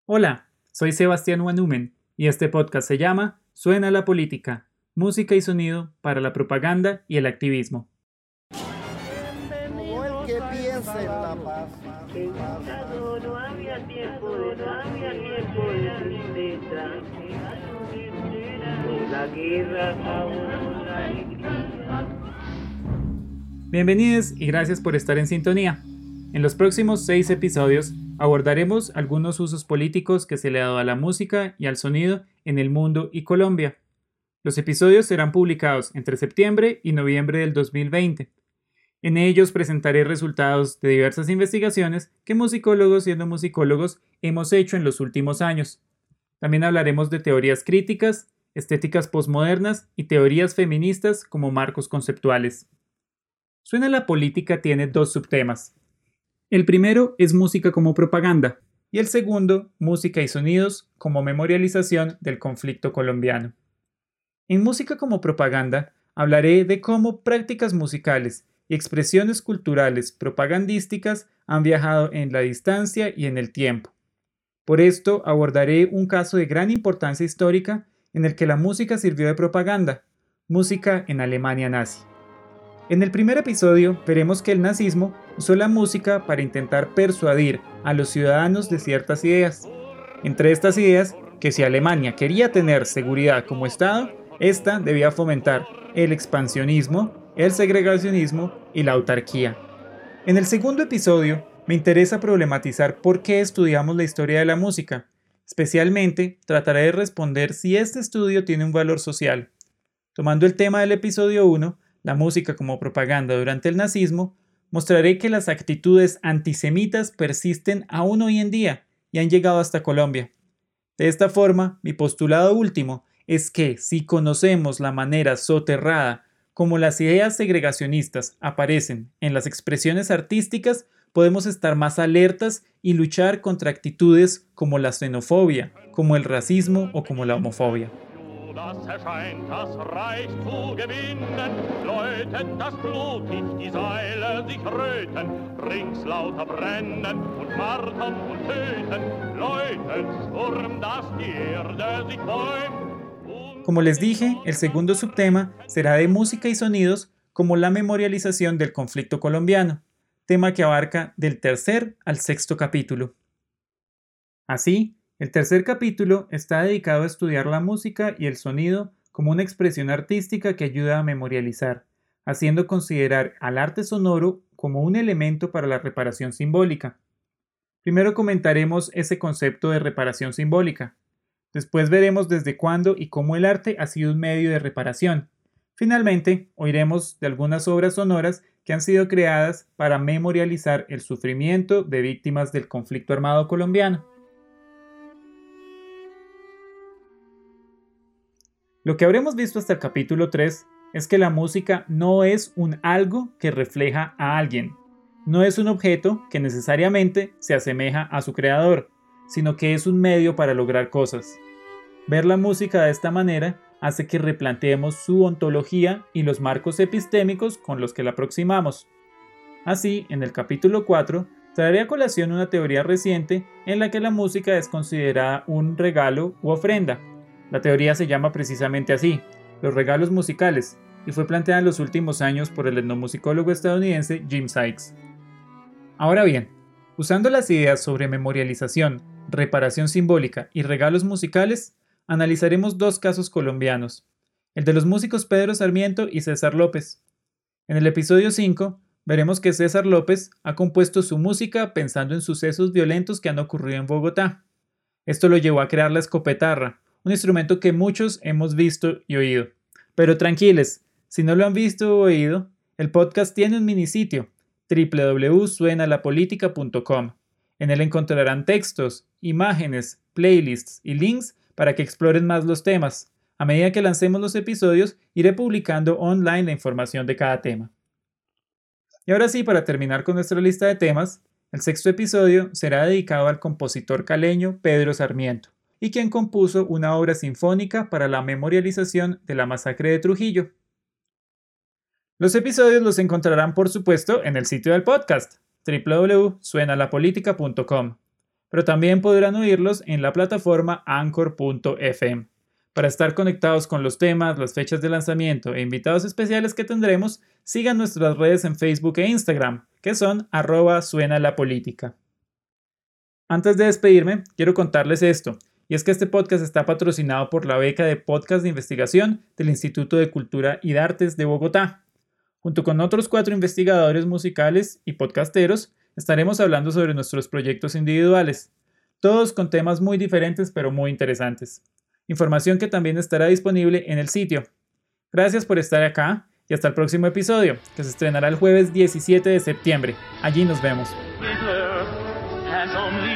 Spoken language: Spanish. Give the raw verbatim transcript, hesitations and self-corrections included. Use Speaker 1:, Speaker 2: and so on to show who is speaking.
Speaker 1: Hola, soy Sebastián Wanumen y este podcast se llama Suena la política, música y sonido para la propaganda y el activismo.
Speaker 2: Como el que piensa en la paz.
Speaker 3: Pensado, no había tiempo de, no había tiempo de tristeza. La guerra aún la alegría.
Speaker 1: Bienvenidos y gracias por estar en sintonía. En los próximos seis episodios abordaremos algunos usos políticos que se le ha dado a la música y al sonido en el mundo y Colombia. Los episodios serán publicados entre septiembre y noviembre del dos mil veinte. En ellos presentaré resultados de diversas investigaciones que musicólogos y etnomusicólogos hemos hecho en los últimos años. También hablaremos de teorías críticas, estéticas posmodernas y teorías feministas como marcos conceptuales. Suena la política tiene dos subtemas. El primero es música como propaganda y el segundo, música y sonidos como memorialización del conflicto colombiano. En música como propaganda hablaré de cómo prácticas musicales y expresiones culturales propagandísticas han viajado en la distancia y en el tiempo. Por esto abordaré un caso de gran importancia histórica en el que la música sirvió de propaganda, música en Alemania nazi. En el primer episodio veremos que el nazismo usó la música para intentar persuadir a los ciudadanos de ciertas ideas. Entre estas ideas, que si Alemania quería tener seguridad como Estado, ésta debía fomentar el expansionismo, el segregacionismo y la autarquía. En el segundo episodio me interesa problematizar por qué estudiamos la historia de la música. Especialmente trataré de responder si este estudio tiene un valor social. Tomando el tema del episodio uno, la música como propaganda durante el nazismo, mostraré que las actitudes antisemitas persisten aún hoy en día y han llegado hasta Colombia. De esta forma, mi postulado último es que si conocemos la manera soterrada como las ideas segregacionistas aparecen en las expresiones artísticas, podemos estar más alertas y luchar contra actitudes como la xenofobia, como el racismo o como la homofobia.
Speaker 4: Das erscheint das Reich zu gewinnen, läutet das blutig, die Seile sich röten, rings lauter brennen und martern und töten, läutet Sturm, dass die Erde sich bäumt.
Speaker 1: Como les dije, el segundo subtema será de música y sonidos como la memorialización del conflicto colombiano, tema que abarca del tercer al sexto capítulo. Así, el tercer capítulo está dedicado a estudiar la música y el sonido como una expresión artística que ayuda a memorializar, haciendo considerar al arte sonoro como un elemento para la reparación simbólica. Primero comentaremos ese concepto de reparación simbólica. Después veremos desde cuándo y cómo el arte ha sido un medio de reparación. Finalmente, oiremos de algunas obras sonoras que han sido creadas para memorializar el sufrimiento de víctimas del conflicto armado colombiano. Lo que habremos visto hasta el capítulo tres es que la música no es un algo que refleja a alguien, no es un objeto que necesariamente se asemeja a su creador, sino que es un medio para lograr cosas. Ver la música de esta manera hace que replanteemos su ontología y los marcos epistémicos con los que la aproximamos. Así, en el capítulo cuatro, traeré a colación una teoría reciente en la que la música es considerada un regalo u ofrenda. La teoría se llama precisamente así, los regalos musicales, y fue planteada en los últimos años por el etnomusicólogo estadounidense Jim Sykes. Ahora bien, usando las ideas sobre memorialización, reparación simbólica y regalos musicales, analizaremos dos casos colombianos, el de los músicos Pedro Sarmiento y César López. En el episodio cinco, veremos que César López ha compuesto su música pensando en sucesos violentos que han ocurrido en Bogotá. Esto lo llevó a crear la escopetarra, un instrumento que muchos hemos visto y oído. Pero tranquiles, si no lo han visto o oído, el podcast tiene un minisitio, doble u doble u doble u punto suena la política punto com. En él encontrarán textos, imágenes, playlists y links para que exploren más los temas. A medida que lancemos los episodios, iré publicando online la información de cada tema. Y ahora sí, para terminar con nuestra lista de temas, el sexto episodio será dedicado al compositor caleño Pedro Sarmiento, y quien compuso una obra sinfónica para la memorialización de la masacre de Trujillo. Los episodios los encontrarán, por supuesto, en el sitio del podcast, doble u doble u doble u punto suena la política punto com. pero también podrán oírlos en la plataforma anchor punto f m. Para estar conectados con los temas, las fechas de lanzamiento e invitados especiales que tendremos, sigan nuestras redes en Facebook e Instagram, que son arroba suena la política. Antes de despedirme, quiero contarles esto, y es que este podcast está patrocinado por la beca de podcast de investigación del Instituto de Cultura y de Artes de Bogotá. Junto con otros cuatro investigadores musicales y podcasteros, estaremos hablando sobre nuestros proyectos individuales, todos con temas muy diferentes pero muy interesantes. Información que también estará disponible en el sitio. Gracias por estar acá y hasta el próximo episodio, que se estrenará el jueves diecisiete de septiembre. Allí nos vemos.
Speaker 4: Hitler has only